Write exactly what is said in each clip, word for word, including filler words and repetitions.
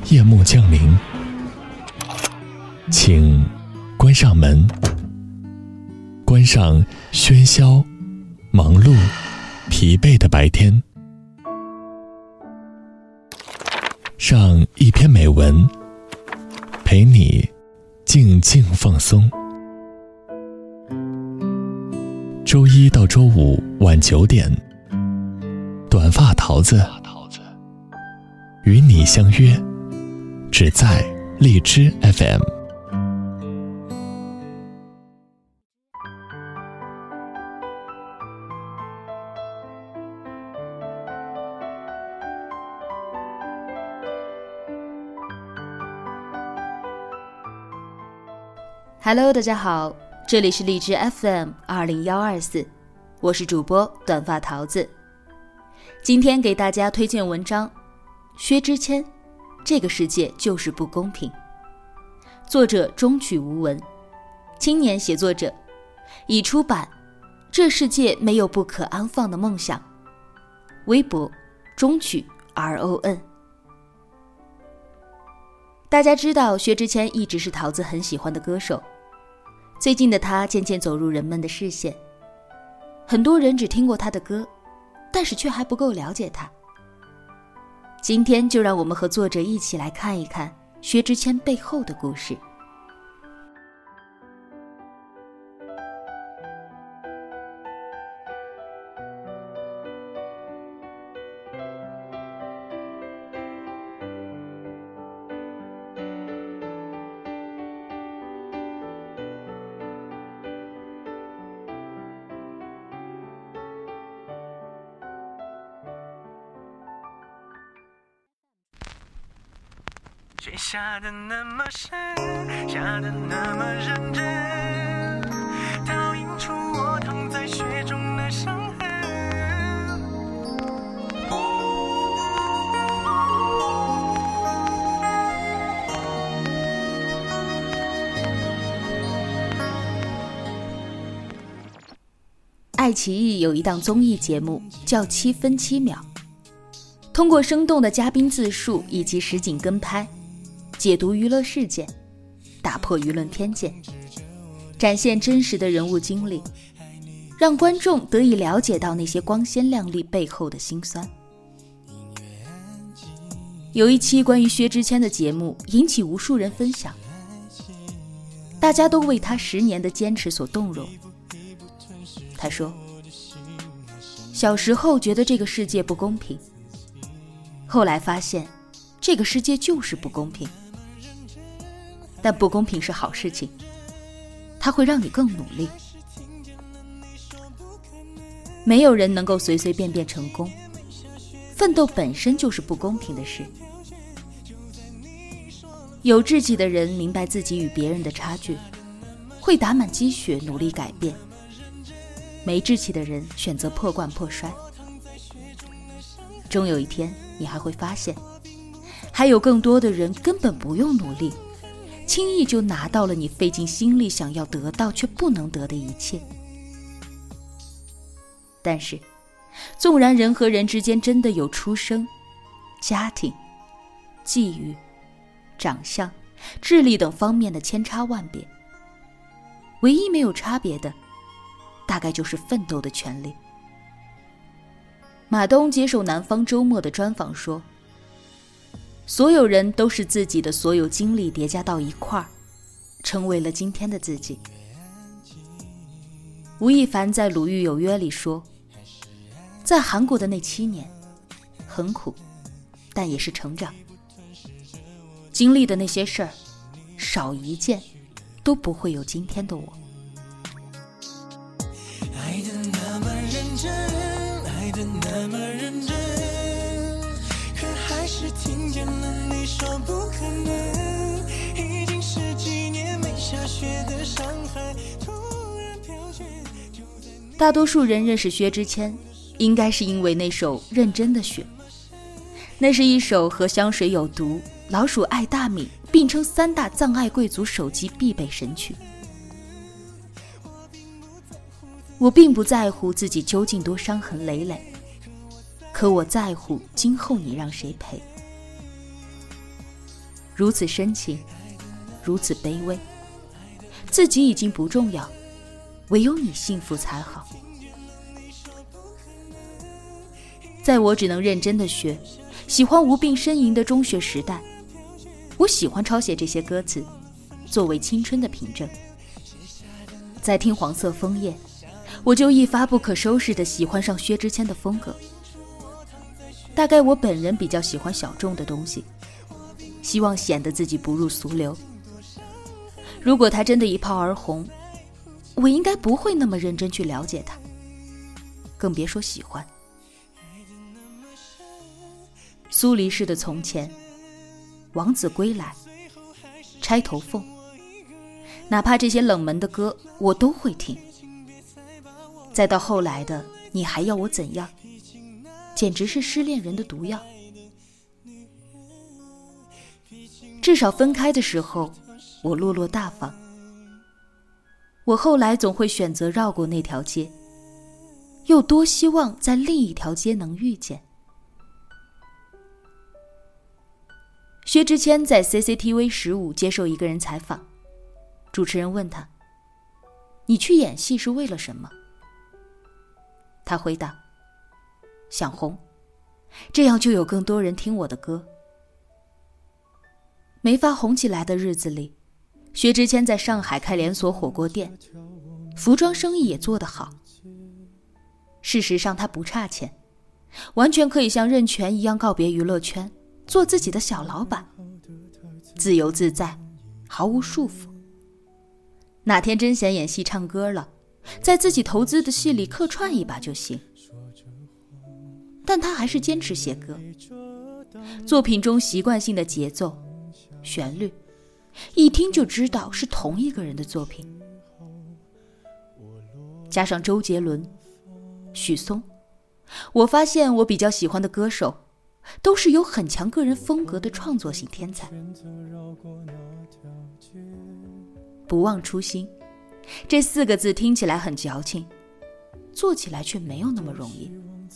夜幕降临，请关上门，关上喧嚣、忙碌、疲惫的白天，上一篇美文，陪你静静放松。周一到周五晚九点，短发桃子与你相约，只在荔枝 F M。Hello， 大家好，这里是荔枝 F M 二零一二四，我是主播短发桃子。今天给大家推荐文章，薛之谦，这个世界就是不公平。作者中曲无闻，青年写作者，已出版《这世界没有不可安放的梦想》，微博中曲 R O N。大家知道薛之谦一直是桃子很喜欢的歌手，最近的他渐渐走入人们的视线，很多人只听过他的歌，但是却还不够了解他。今天就让我们和作者一起来看一看薛之谦背后的故事。 雪下得那么深，下得那么认真，倒映出我躺在雪中的伤痕。 爱奇艺有一档综艺节目叫《七分七秒》，通过生动的嘉宾自述以及实景跟拍，解读娱乐事件，打破舆论偏见，展现真实的人物经历，让观众得以了解到那些光鲜亮丽背后的辛酸。有一期关于薛之谦的节目引起无数人分享，大家都为他十年的坚持所动容。他说，小时候觉得这个世界不公平，后来发现这个世界就是不公平，但不公平是好事情，它会让你更努力。没有人能够随随便便成功，奋斗本身就是不公平的事。有志气的人明白自己与别人的差距，会打满鸡血努力改变。没志气的人选择破罐破摔，终有一天你还会发现，还有更多的人根本不用努力，轻易就拿到了你费尽心力想要得到却不能得的一切。但是纵然人和人之间真的有出生、家庭、际遇、长相、智力等方面的千差万别，唯一没有差别的大概就是奋斗的权利。马东接受南方周末的专访说，所有人都是自己的所有经历叠加到一块儿，成为了今天的自己。吴亦凡在《鲁豫有约》里说，在韩国的那七年很苦，但也是成长。经历的那些事儿，少一件都不会有今天的我。 爱的那么认真，爱的那么认真，可还是听见了你说不可能。已经十几年没下雪的上海，突然飘雪。 大多数人认识薛之谦，应该是因为那首《认真的雪》，那是一首和香水有毒、老鼠爱大米并称三大葬爱贵族手机必备神曲。我并不在乎自己究竟多伤痕累累，可我在乎今后你让谁陪。 如此深情，如此卑微，自己已经不重要，唯有你幸福才好。在我只能认真的学，喜欢无病呻吟的中学时代，我喜欢抄写这些歌词，作为青春的凭证。在听黄色枫叶，我就一发不可收拾地喜欢上薛之谦的风格。大概我本人比较喜欢小众的东西，希望显得自己不入俗流。如果他真的一炮而红，我应该不会那么认真去了解他，更别说喜欢。苏黎世的从前，王子归来，钗头凤，哪怕这些冷门的歌我都会听。再到后来的你还要我怎样，简直是失恋人的毒药。至少分开的时候我落落大方。我后来总会选择绕过那条街，又多希望在另一条街能遇见。薛之谦在 C C T V 十五接受一个人采访，主持人问他，你去演戏是为了什么？他回答，想红，这样就有更多人听我的歌。没法红起来的日子里，薛之谦在上海开连锁火锅店，服装生意也做得好。事实上他不差钱，完全可以像任泉一样告别娱乐圈，做自己的小老板，自由自在，毫无束缚。哪天真闲演戏唱歌了，在自己投资的戏里客串一把就行。但他还是坚持写歌，作品中习惯性的节奏、旋律，一听就知道是同一个人的作品。加上周杰伦、许嵩，我发现我比较喜欢的歌手都是有很强个人风格的创作型天才。不忘初心，这四个字听起来很矫情，做起来却没有那么容易。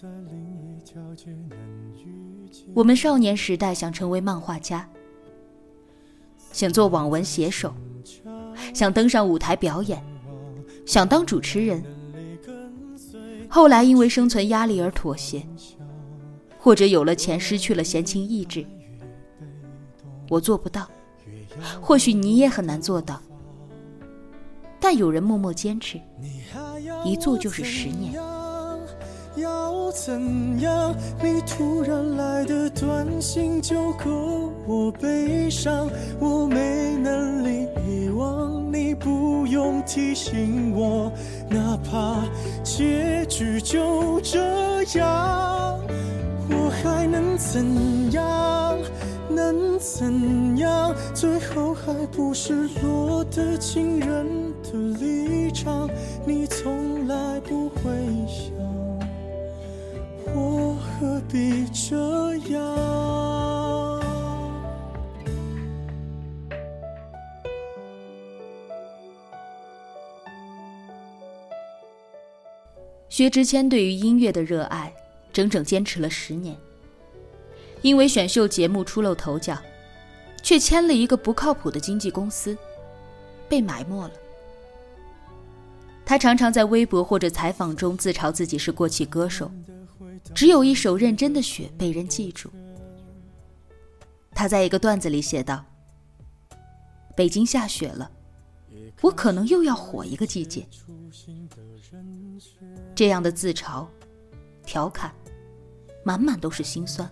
我们少年时代想成为漫画家，想做网文写手，想登上舞台表演，想当主持人，后来因为生存压力而妥协，或者有了钱失去了闲情逸致。我做不到，或许你也很难做到，但有人默默坚持，一做就是十年。 要怎样？你突然来的短信就够我悲伤，我没能力遗忘，你不用提醒我，哪怕结局就这样，我还能怎样？能怎样？最后还不是落得情人的立场，你从来不会想，我何必这样？ 薛之谦对于音乐的热爱整整坚持了十年，因为选秀节目出露头角，却签了一个不靠谱的经纪公司，被埋没了。他常常在微博或者采访中自嘲自己是过气歌手，只有一首认真的雪被人记住。他在一个段子里写道，北京下雪了，我可能又要火一个季节。这样的自嘲、调侃，满满都是心酸。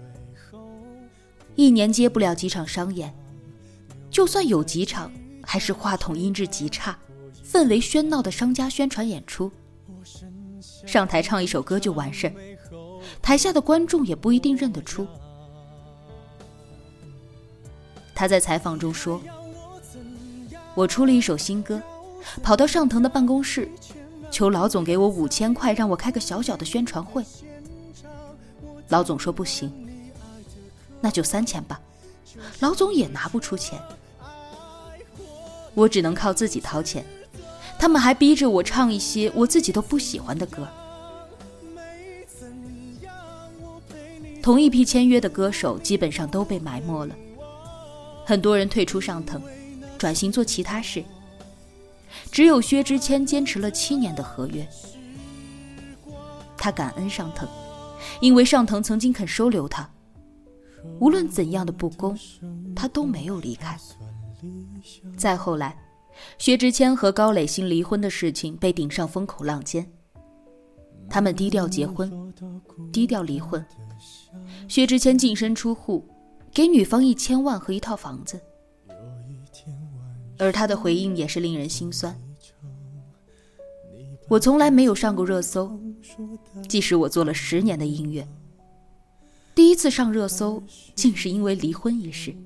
一年接不了几场商演，就算有几场，还是话筒音质极差，氛围喧闹的商家宣传演出。上台唱一首歌就完事，台下的观众也不一定认得出。他在采访中说，我出了一首新歌，跑到上腾的办公室，求老总给我五千块，让我开个小小的宣传会。老总说不行，那就三千吧。老总也拿不出钱，我只能靠自己掏钱。他们还逼着我唱一些我自己都不喜欢的歌。同一批签约的歌手基本上都被埋没了， 很多人退出上腾，转型做其他事。只有薛之谦坚持了七年的合约。他感恩上腾，因为上腾曾经肯收留他，无论怎样的不公，他都没有离开。再后来，薛之谦和高磊鑫离婚的事情被顶上风口浪尖，他们低调结婚，低调离婚。薛之谦净身出户，给女方一千万和一套房子，而他的回应也是令人心酸。我从来没有上过热搜，即使我做了十年的音乐，第一次上热搜竟是因为离婚一事。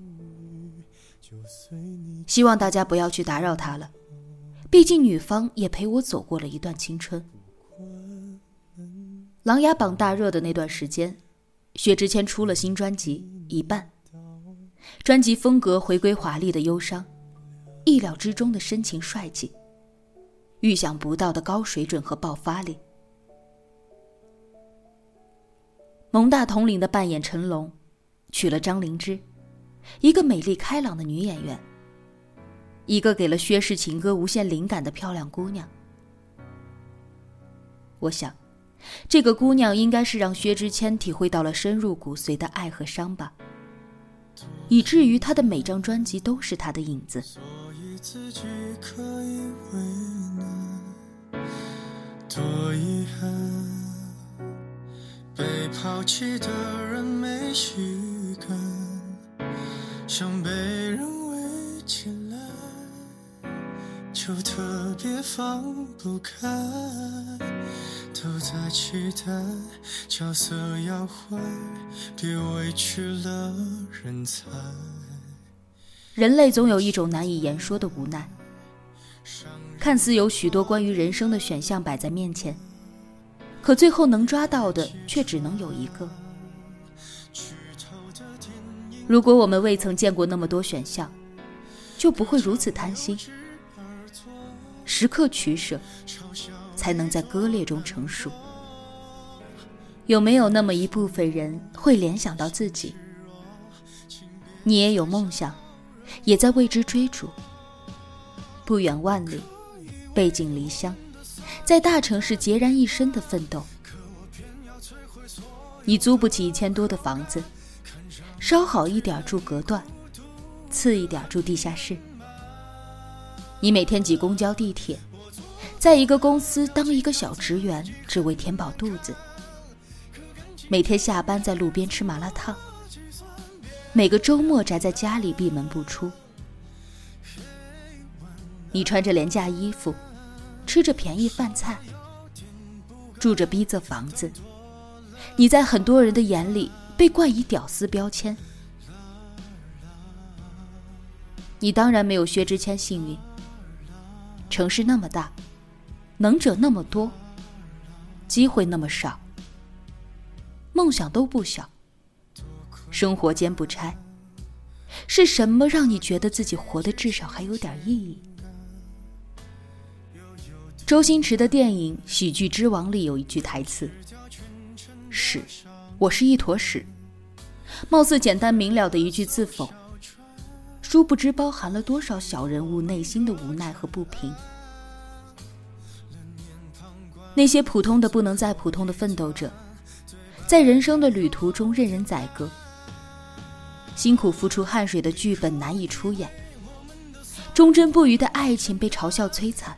希望大家不要去打扰他了，毕竟女方也陪我走过了一段青春。琅琊榜大热的那段时间，薛之谦出了新专辑《一半》，专辑风格回归华丽的忧伤，意料之中的深情帅气，预想不到的高水准和爆发力。蒙大统领的扮演成龙，娶了张灵芝，一个美丽开朗的女演员，一个给了薛氏情歌无限灵感的漂亮姑娘。我想，这个姑娘应该是让薛之谦体会到了深入骨髓的爱和伤吧，以至于他的每张专辑都是他的影子。 所以自己可以为难，多遗憾，被抛弃的人没习惯，想被人围起来，就特别放不开，都在期待角色要坏，别委屈了人才。 人类总有一种难以言说的无奈，看似有许多关于人生的选项摆在面前，可最后能抓到的却只能有一个。如果我们未曾见过那么多选项，就不会如此贪心，时刻取舍，才能在割裂中成熟。有没有那么一部分人会联想到自己？你也有梦想，也在为之追逐，不远万里，背井离乡，在大城市孑然一身的奋斗。你租不起一千多的房子，稍好一点住隔断，次一点住地下室。你每天挤公交地铁，在一个公司当一个小职员，只为填饱肚子。每天下班在路边吃麻辣烫，每个周末宅在家里闭门不出。你穿着廉价衣服，吃着便宜饭菜，住着逼仄房子。你在很多人的眼里被冠以屌丝标签。你当然没有薛之谦幸运，城市那么大，能者那么多，机会那么少，梦想都不小，生活兼不拆。是什么让你觉得自己活得至少还有点意义？周星驰的电影《喜剧之王》里有一句台词：屎，我是一坨屎。貌似简单明了的一句自讽，殊不知包含了多少小人物内心的无奈和不平。那些普通的不能再普通的奋斗者，在人生的旅途中任人宰割，辛苦付出汗水的剧本难以出演，忠贞不渝的爱情被嘲笑摧残。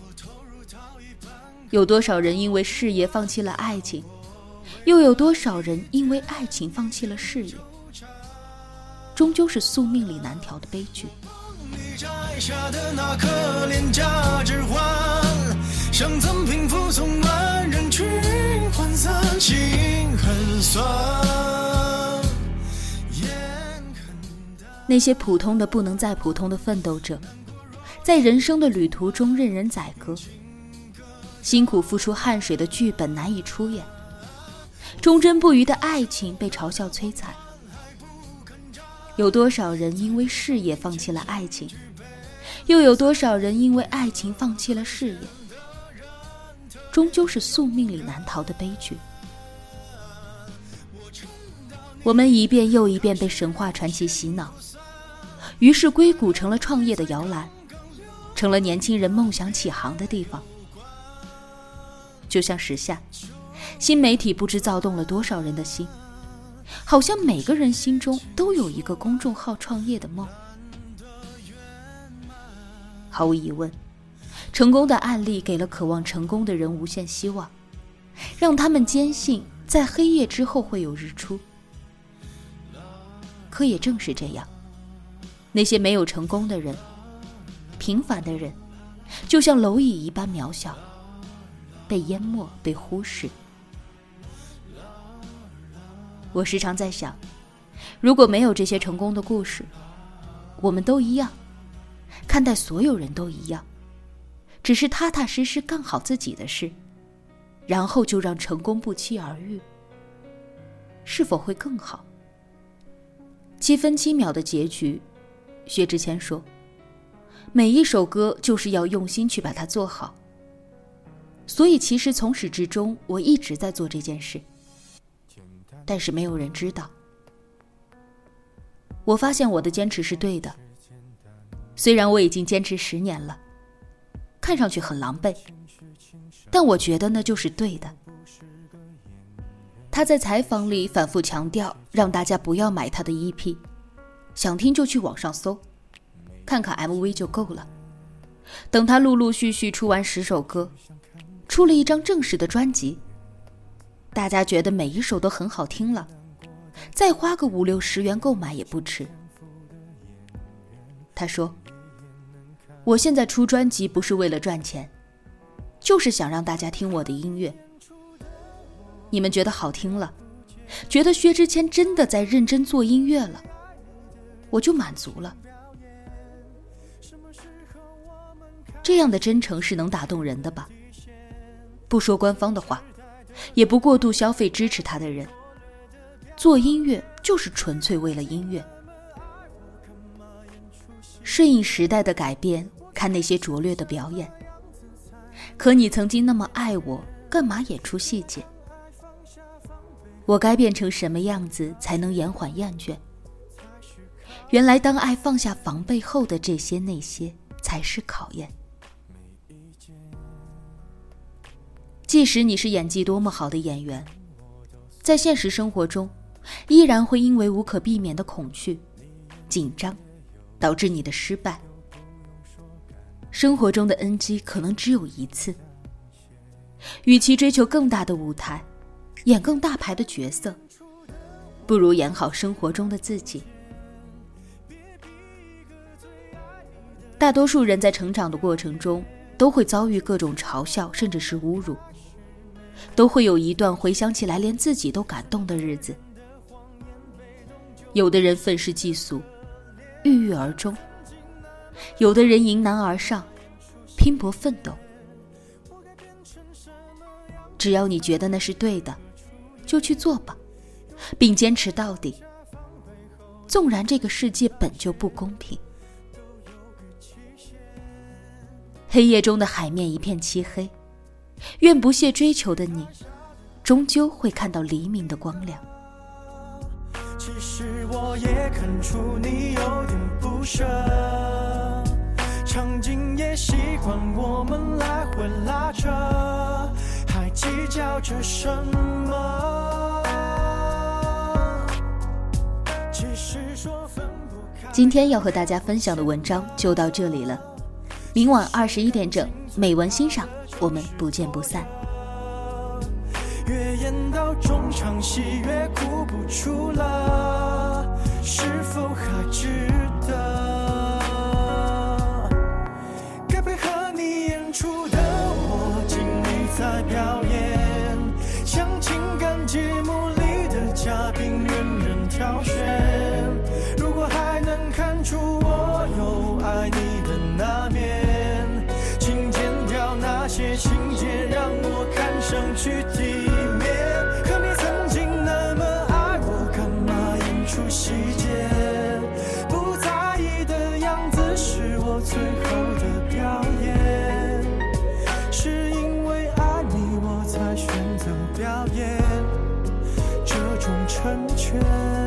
有多少人因为事业放弃了爱情，又有多少人因为爱情放弃了事业？终究是宿命里难调的悲剧。 你摘下的那颗廉价指环，想赠平复从乱人群涣散，心很酸。 那些普通的不能再普通的奋斗者，在人生的旅途中任人宰割，辛苦付出汗水的剧本难以出演，忠贞不渝的爱情被嘲笑摧残。有多少人因为事业放弃了爱情，又有多少人因为爱情放弃了事业？终究是宿命里难逃的悲剧。我们一遍又一遍被神话传奇洗脑， 于是硅谷成了创业的摇篮，成了年轻人梦想起航的地方。就像时下，新媒体不知躁动了多少人的心，好像每个人心中都有一个公众号创业的梦。毫无疑问，成功的案例给了渴望成功的人无限希望，让他们坚信在黑夜之后会有日出。可也正是这样，那些没有成功的人，平凡的人，就像蝼蚁一般渺小，被淹没，被忽视。我时常在想，如果没有这些成功的故事，我们都一样，看待所有人都一样，只是踏踏实实干好自己的事，然后就让成功不期而遇，是否会更好？七分七秒的结局，薛之谦说，每一首歌就是要用心去把它做好。所以其实从始至终我一直在做这件事，但是没有人知道。我发现我的坚持是对的，虽然我已经坚持十年了，看上去很狼狈，但我觉得那就是对的。他在采访里反复强调，让大家不要买他的 E P， 想听就去网上搜，看看 M V 就够了。等他陆陆续续出完十首歌，出了一张正式的专辑，大家觉得每一首都很好听了，再花个五六十元购买也不迟。他说，我现在出专辑不是为了赚钱，就是想让大家听我的音乐。你们觉得好听了，觉得薛之谦真的在认真做音乐了，我就满足了。这样的真诚是能打动人的吧？不说官方的话，也不过度消费支持他的人，做音乐就是纯粹为了音乐。顺应时代的改变，看那些拙劣的表演。可你曾经那么爱我，干嘛演出细节？我该变成什么样子才能延缓厌倦？原来当爱放下防备后的这些那些才是考验。即使你是演技多么好的演员，在现实生活中依然会因为无可避免的恐惧、紧张导致你的失败。生活中的 N G 可能只有一次，与其追求更大的舞台，演更大牌的角色，不如演好生活中的自己。大多数人在成长的过程中都会遭遇各种嘲笑，甚至是侮辱，都会有一段回想起来连自己都感动的日子。有的人愤世嫉俗，郁郁而终，有的人迎难而上，拼搏奋斗。只要你觉得那是对的，就去做吧，并坚持到底。纵然这个世界本就不公平。黑夜中的海面一片漆黑，愿不懈追求的你，终究会看到黎明的光亮。 其实我也看出你有点不舍，场景也习惯我们来回拉扯，还计较着什么？其实说分不开。 今天要和大家分享的文章就到这里了，明晚二十一点整，美文欣赏，我们不见不散。 越演到中场戏越哭不出了，是否还值得？该配合你演出的我尽力在表演，像情感节目里的嘉宾任人挑选。如果还能看出我有爱你的那面，请剪掉那些情节，让我看上去体面。可你曾经那么爱我，干嘛演出细节？不在意的样子是我最后的表演，是因为爱你我才选择表演这种成全。